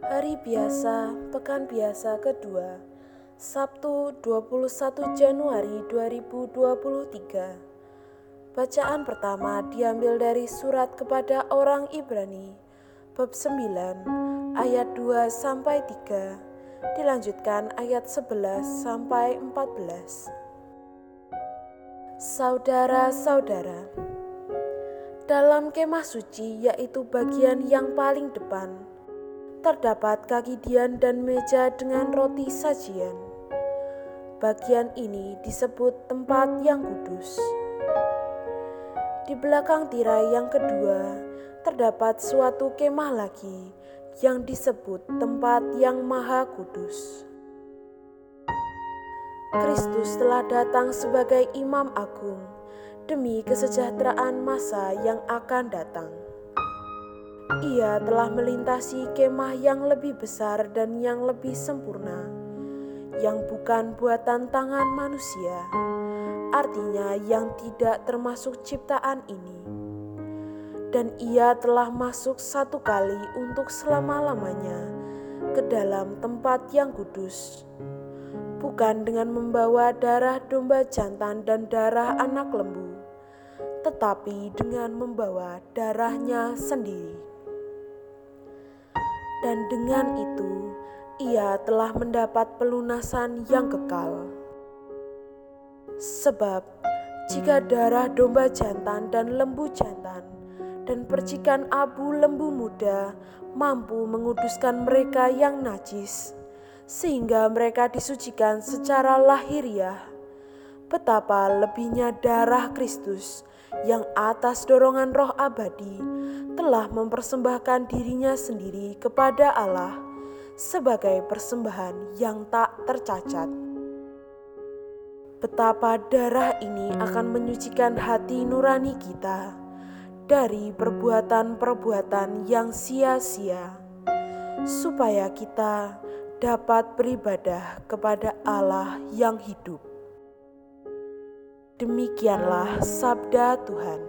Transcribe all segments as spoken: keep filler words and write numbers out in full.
Hari biasa, pekan biasa kedua, Sabtu dua puluh satu Januari dua ribu dua puluh tiga. Bacaan pertama diambil dari surat kepada orang Ibrani, bab sembilan, ayat dua sampai tiga, dilanjutkan ayat sebelas sampai empat belas. Saudara-saudara, dalam kemah suci, yaitu bagian yang paling depan, terdapat kaki dian dan meja dengan roti sajian. Bagian ini disebut tempat yang kudus. Di belakang tirai yang kedua, terdapat suatu kemah lagi yang disebut tempat yang maha kudus. Kristus telah datang sebagai imam agung demi kesejahteraan masa yang akan datang. Ia telah melintasi kemah yang lebih besar dan yang lebih sempurna, yang bukan buatan tangan manusia, artinya yang tidak termasuk ciptaan ini. Dan ia telah masuk satu kali untuk selama-lamanya ke dalam tempat yang kudus, bukan dengan membawa darah domba jantan dan darah anak lembu, tetapi dengan membawa darahnya sendiri. Dan dengan itu, ia telah mendapat pelunasan yang kekal. Sebab, jika darah domba jantan dan lembu jantan dan percikan abu lembu muda mampu menguduskan mereka yang najis, sehingga mereka disucikan secara lahiriah, betapa lebihnya darah Kristus yang atas dorongan Roh abadi telah mempersembahkan dirinya sendiri kepada Allah sebagai persembahan yang tak tercacat. Betapa darah ini akan menyucikan hati nurani kita dari perbuatan-perbuatan yang sia-sia, supaya kita dapat beribadah kepada Allah yang hidup. Demikianlah sabda Tuhan.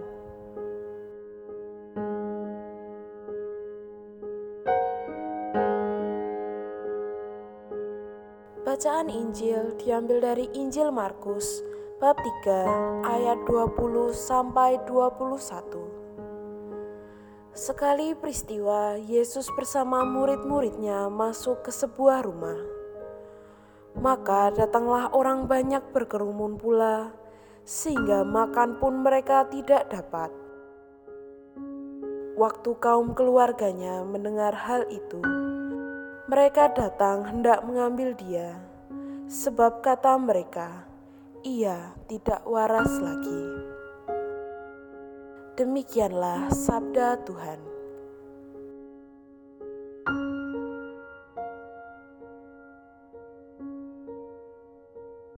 Bacaan Injil diambil dari Injil Markus bab tiga ayat dua puluh sampai dua puluh satu. Sekali peristiwa, Yesus bersama murid-muridnya masuk ke sebuah rumah. Maka datanglah orang banyak berkerumun pula, sehingga makan pun mereka tidak dapat. Waktu kaum keluarganya mendengar hal itu, mereka datang hendak mengambil dia, sebab kata mereka, ia tidak waras lagi. Demikianlah sabda Tuhan.